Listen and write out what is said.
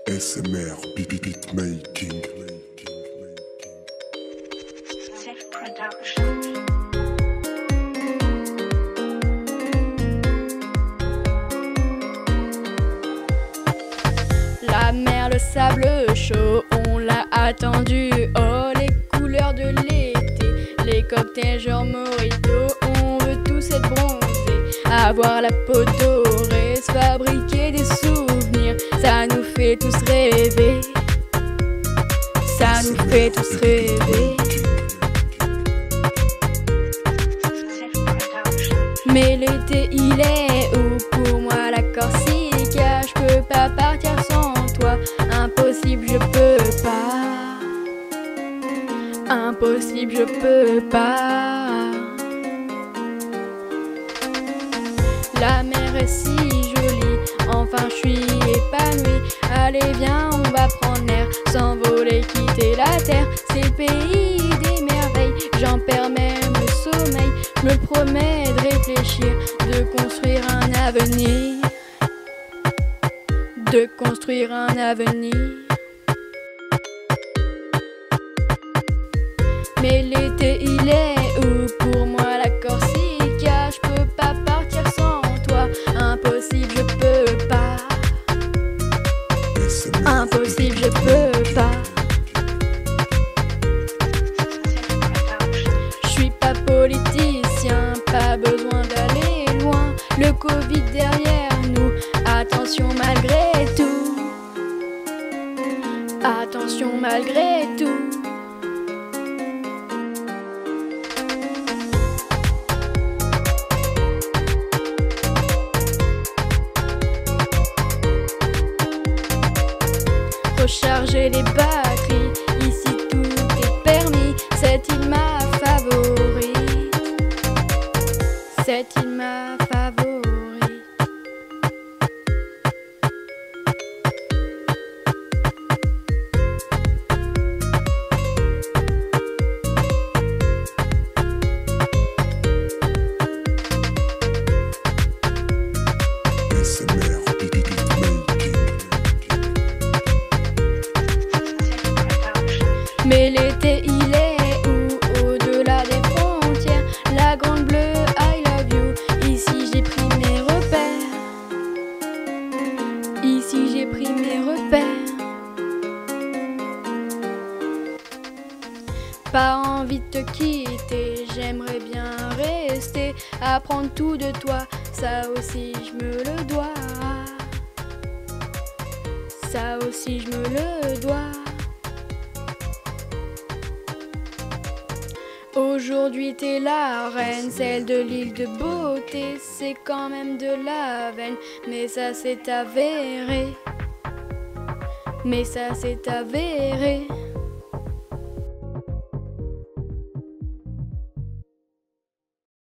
SMR, beat making. Self-production. La mer, le sable chaud, on l'a attendu. Oh, les couleurs de l'été, les cocktails genre mojito. On veut tous être bronzés, avoir la peau dorée, se fabriquer des souvenirs. Ça nous fait tous rêver, ça nous fait tous rêver. Mais l'été il est où pour moi la Corsica? Je peux pas partir sans toi, impossible je peux pas. Impossible je peux pas. La mer est si jolie, enfin je suis épanouie. Allez viens on va prendre l'air, s'envoler, quitter la terre. C'est le pays des merveilles, j'en perds même le sommeil. Je me promets de réfléchir, de construire un avenir, de construire un avenir. Mais l'été il est où pour moi la Corsica? Je peux pas partir sans toi, impossible je peux pas. Impossible je peux pas. Je suis pas politicien, pas besoin d'aller loin. Le Covid derrière nous, attention malgré tout. Attention malgré tout. Recharger les batteries, ici tout est permis. Cette île ma favorite, cette île ma favorite. SMR, beat making. Mais l'été il est où au-delà des frontières? La grande bleue, I love you. Ici j'ai pris mes repères, ici j'ai pris mes repères. Pas envie de te quitter, j'aimerais bien rester, apprendre tout de toi, ça aussi je me le dois. Ça aussi je me le dois. Aujourd'hui t'es la reine, celle de l'île de beauté. C'est quand même de la veine, mais ça s'est avéré. Mais ça s'est avéré.